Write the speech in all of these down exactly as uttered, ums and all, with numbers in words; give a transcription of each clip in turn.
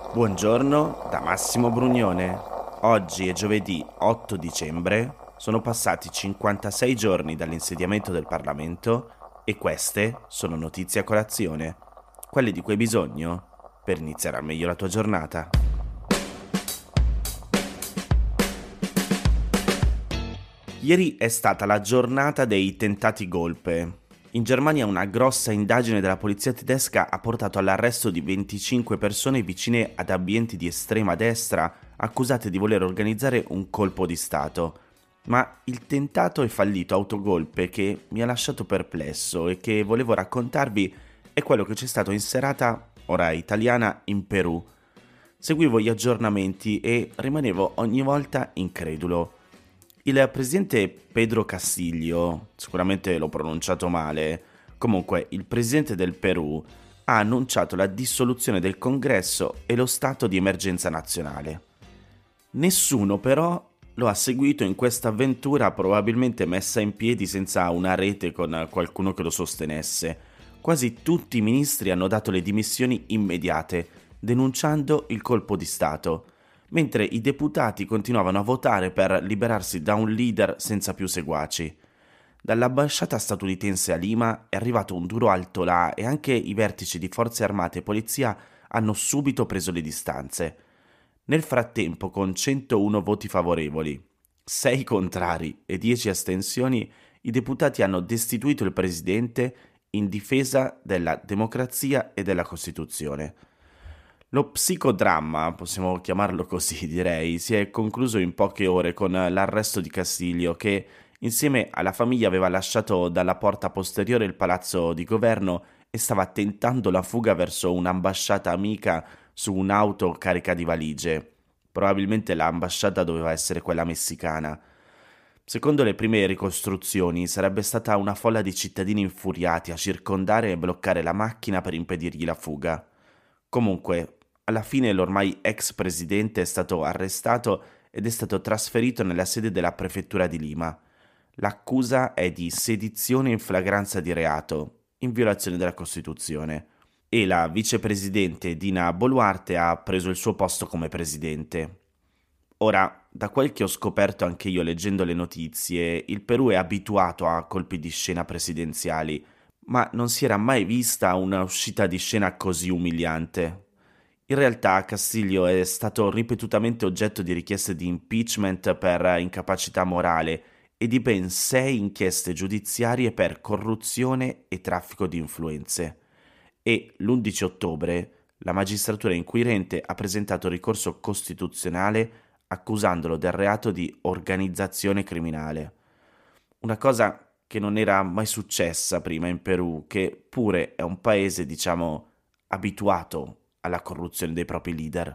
Buongiorno da Massimo Brugnone. Oggi è giovedì otto dicembre, sono passati cinquantasei giorni dall'insediamento del Parlamento e queste sono notizie a colazione, quelle di cui hai bisogno per iniziare al meglio la tua giornata. Ieri è stata la giornata dei tentati golpe. In Germania una grossa indagine della polizia tedesca ha portato all'arresto di venticinque persone vicine ad ambienti di estrema destra accusate di voler organizzare un colpo di Stato. Ma il tentato e fallito autogolpe che mi ha lasciato perplesso e che volevo raccontarvi è quello che c'è stato in serata, ora italiana, in Perù. Seguivo gli aggiornamenti e rimanevo ogni volta incredulo. Il presidente Pedro Castillo, sicuramente l'ho pronunciato male, comunque il presidente del Perù ha annunciato la dissoluzione del Congresso e lo stato di emergenza nazionale. Nessuno però lo ha seguito in questa avventura probabilmente messa in piedi senza una rete con qualcuno che lo sostenesse. Quasi tutti i ministri hanno dato le dimissioni immediate, denunciando il colpo di Stato, mentre i deputati continuavano a votare per liberarsi da un leader senza più seguaci. Dall'ambasciata statunitense a Lima è arrivato un duro altolà e anche i vertici di forze armate e polizia hanno subito preso le distanze. Nel frattempo, con centouno voti favorevoli, sei contrari e dieci astensioni, i deputati hanno destituito il presidente in difesa della democrazia e della Costituzione. Lo psicodramma, possiamo chiamarlo così direi, si è concluso in poche ore con l'arresto di Castillo che, insieme alla famiglia, aveva lasciato dalla porta posteriore il palazzo di governo e stava tentando la fuga verso un'ambasciata amica su un'auto carica di valigie. Probabilmente l'ambasciata doveva essere quella messicana. Secondo le prime ricostruzioni sarebbe stata una folla di cittadini infuriati a circondare e bloccare la macchina per impedirgli la fuga. Comunque, alla fine l'ormai ex presidente è stato arrestato ed è stato trasferito nella sede della prefettura di Lima. L'accusa è di sedizione in flagranza di reato, in violazione della Costituzione, e la vicepresidente Dina Boluarte ha preso il suo posto come presidente. Ora, da quel che ho scoperto anche io leggendo le notizie, il Perù è abituato a colpi di scena presidenziali, ma non si era mai vista una uscita di scena così umiliante. In realtà Castillo è stato ripetutamente oggetto di richieste di impeachment per incapacità morale e di ben sei inchieste giudiziarie per corruzione e traffico di influenze. E l'undici ottobre la magistratura inquirente ha presentato ricorso costituzionale accusandolo del reato di organizzazione criminale. Una cosa che non era mai successa prima in Perù, che pure è un paese, diciamo, abituato alla corruzione dei propri leader.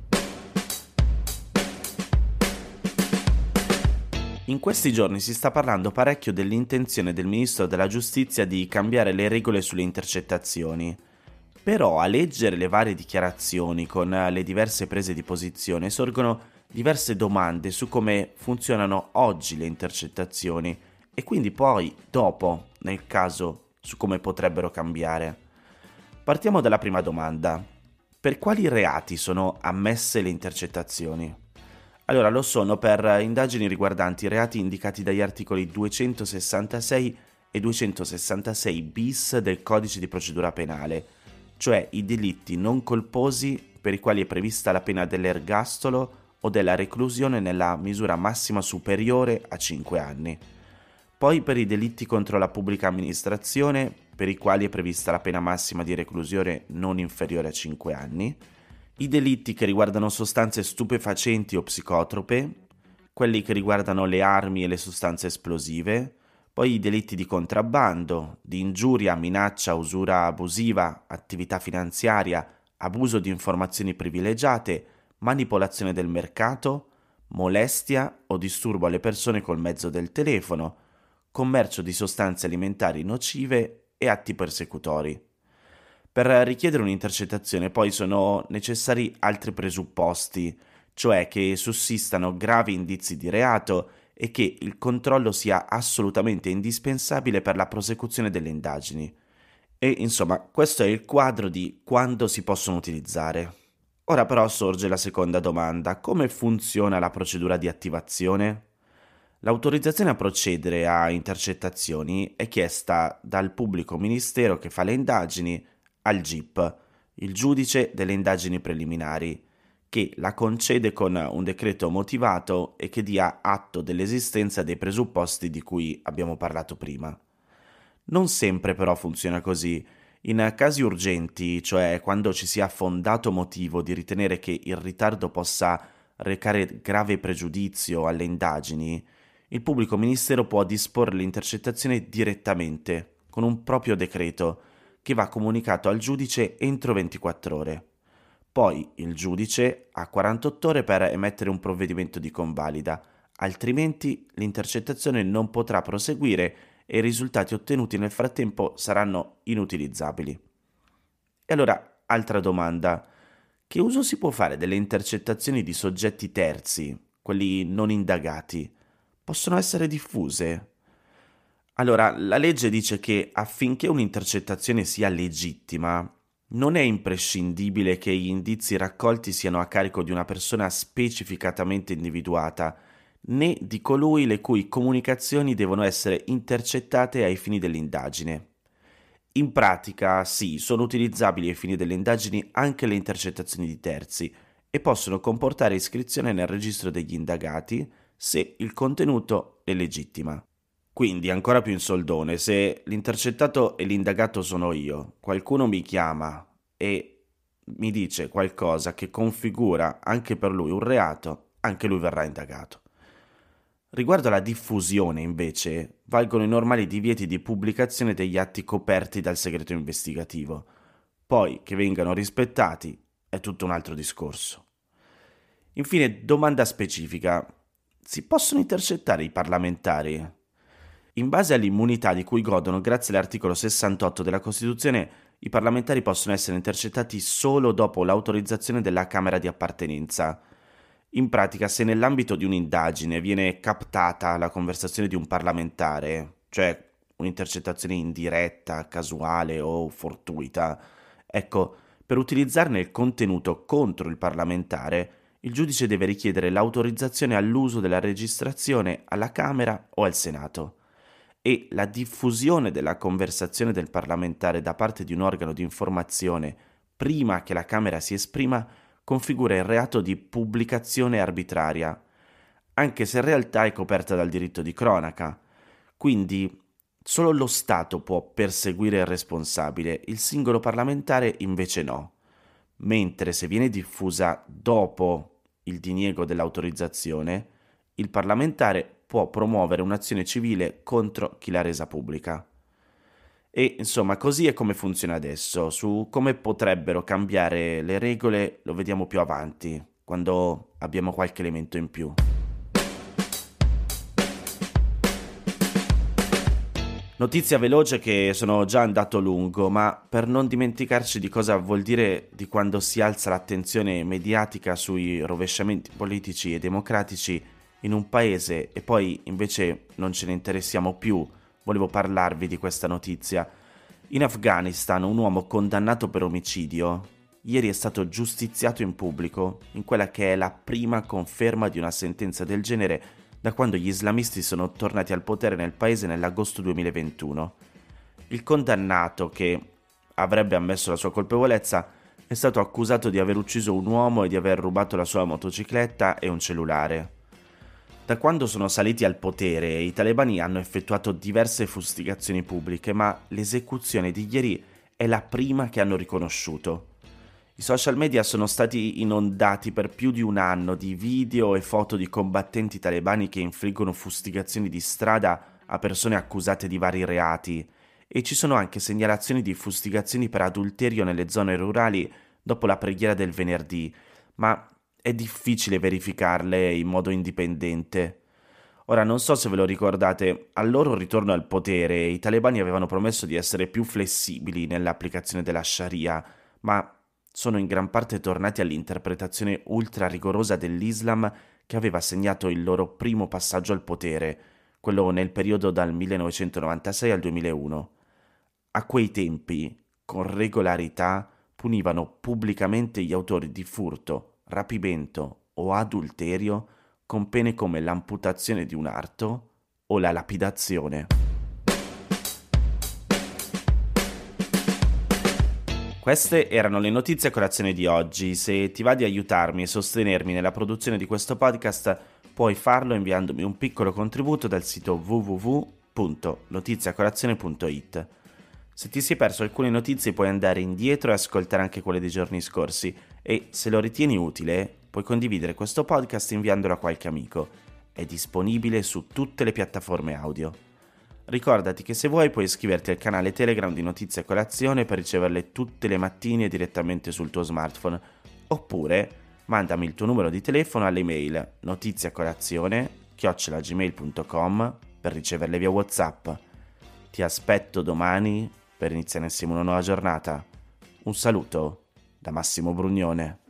In questi giorni si sta parlando parecchio dell'intenzione del ministro della giustizia di cambiare le regole sulle intercettazioni. Però a leggere le varie dichiarazioni con le diverse prese di posizione sorgono diverse domande su come funzionano oggi le intercettazioni e quindi poi, dopo, nel caso, su come potrebbero cambiare. Partiamo dalla prima domanda. Per quali reati sono ammesse le intercettazioni? Allora, lo sono per indagini riguardanti i reati indicati dagli articoli duecentosessantasei e duecentosessantasei bis del Codice di procedura penale, cioè i delitti non colposi per i quali è prevista la pena dell'ergastolo o della reclusione nella misura massima superiore a cinque anni. Poi per i delitti contro la pubblica amministrazione, per i quali è prevista la pena massima di reclusione non inferiore a cinque anni, i delitti che riguardano sostanze stupefacenti o psicotrope, quelli che riguardano le armi e le sostanze esplosive, poi i delitti di contrabbando, di ingiuria, minaccia, usura abusiva, attività finanziaria, abuso di informazioni privilegiate, manipolazione del mercato, molestia o disturbo alle persone col mezzo del telefono, commercio di sostanze alimentari nocive e atti persecutori. Per richiedere un'intercettazione poi sono necessari altri presupposti, cioè che sussistano gravi indizi di reato e che il controllo sia assolutamente indispensabile per la prosecuzione delle indagini. E insomma, questo è il quadro di quando si possono utilizzare. Ora però sorge la seconda domanda: come funziona la procedura di attivazione? L'autorizzazione a procedere a intercettazioni è chiesta dal pubblico ministero che fa le indagini al G I P, il giudice delle indagini preliminari, che la concede con un decreto motivato e che dia atto dell'esistenza dei presupposti di cui abbiamo parlato prima. Non sempre però funziona così. In casi urgenti, cioè quando ci sia fondato motivo di ritenere che il ritardo possa recare grave pregiudizio alle indagini, il pubblico ministero può disporre l'intercettazione direttamente, con un proprio decreto, che va comunicato al giudice entro ventiquattro ore. Poi il giudice ha quarantotto ore per emettere un provvedimento di convalida, altrimenti l'intercettazione non potrà proseguire e i risultati ottenuti nel frattempo saranno inutilizzabili. E allora, altra domanda: che uso si può fare delle intercettazioni di soggetti terzi, quelli non indagati? Possono essere diffuse? Allora, la legge dice che affinché un'intercettazione sia legittima, non è imprescindibile che gli indizi raccolti siano a carico di una persona specificatamente individuata, né di colui le cui comunicazioni devono essere intercettate ai fini dell'indagine. In pratica, sì, sono utilizzabili ai fini delle indagini anche le intercettazioni di terzi e possono comportare iscrizione nel registro degli indagati se il contenuto è legittima. Quindi, ancora più in soldone, se l'intercettato e l'indagato sono io, qualcuno mi chiama e mi dice qualcosa che configura anche per lui un reato, anche lui verrà indagato. Riguardo alla diffusione, invece, valgono i normali divieti di pubblicazione degli atti coperti dal segreto investigativo. Poi, che vengano rispettati, è tutto un altro discorso. Infine, domanda specifica: si possono intercettare i parlamentari? In base all'immunità di cui godono grazie all'articolo sessantotto della Costituzione, i parlamentari possono essere intercettati solo dopo l'autorizzazione della Camera di appartenenza. In pratica, se nell'ambito di un'indagine viene captata la conversazione di un parlamentare, cioè un'intercettazione indiretta, casuale o fortuita, ecco, per utilizzarne il contenuto contro il parlamentare, il giudice deve richiedere l'autorizzazione all'uso della registrazione alla Camera o al Senato. E la diffusione della conversazione del parlamentare da parte di un organo di informazione prima che la Camera si esprima configura il reato di pubblicazione arbitraria, anche se in realtà è coperta dal diritto di cronaca. Quindi solo lo Stato può perseguire il responsabile, il singolo parlamentare invece no. Mentre se viene diffusa dopo il diniego dell'autorizzazione, il parlamentare può promuovere un'azione civile contro chi l'ha resa pubblica. E insomma, così è come funziona adesso. Su come potrebbero cambiare le regole lo vediamo più avanti, quando abbiamo qualche elemento in più. Notizia veloce che sono già andato lungo, ma per non dimenticarci di cosa vuol dire di quando si alza l'attenzione mediatica sui rovesciamenti politici e democratici in un paese e poi invece non ce ne interessiamo più, volevo parlarvi di questa notizia. In Afghanistan un uomo condannato per omicidio ieri è stato giustiziato in pubblico in quella che è la prima conferma di una sentenza del genere da quando gli islamisti sono tornati al potere nel paese nell'agosto duemilaventuno. Il condannato, che avrebbe ammesso la sua colpevolezza, è stato accusato di aver ucciso un uomo e di aver rubato la sua motocicletta e un cellulare. Da quando sono saliti al potere, i talebani hanno effettuato diverse fustigazioni pubbliche, ma l'esecuzione di ieri è la prima che hanno riconosciuto. I social media sono stati inondati per più di un anno di video e foto di combattenti talebani che infliggono fustigazioni di strada a persone accusate di vari reati, e ci sono anche segnalazioni di fustigazioni per adulterio nelle zone rurali dopo la preghiera del venerdì, ma è difficile verificarle in modo indipendente. Ora, non so se ve lo ricordate, al loro ritorno al potere i talebani avevano promesso di essere più flessibili nell'applicazione della Sharia, ma sono in gran parte tornati all'interpretazione ultra rigorosa dell'Islam che aveva segnato il loro primo passaggio al potere, quello nel periodo dal millenovecentonovantasei al duemilauno. A quei tempi, con regolarità, punivano pubblicamente gli autori di furto, rapimento o adulterio con pene come l'amputazione di un arto o la lapidazione. Queste erano le notizie a colazione di oggi. Se ti va di aiutarmi e sostenermi nella produzione di questo podcast, puoi farlo inviandomi un piccolo contributo dal sito w w w punto notiziacolazione punto i t. Se ti sei perso alcune notizie puoi andare indietro e ascoltare anche quelle dei giorni scorsi e, se lo ritieni utile, puoi condividere questo podcast inviandolo a qualche amico. È disponibile su tutte le piattaforme audio. Ricordati che se vuoi puoi iscriverti al canale Telegram di Notizie a Colazione per riceverle tutte le mattine direttamente sul tuo smartphone, oppure mandami il tuo numero di telefono all'email notiziacolazione chiocciola gmail punto com per riceverle via WhatsApp. Ti aspetto domani per iniziare insieme una nuova giornata. Un saluto da Massimo Brugnone.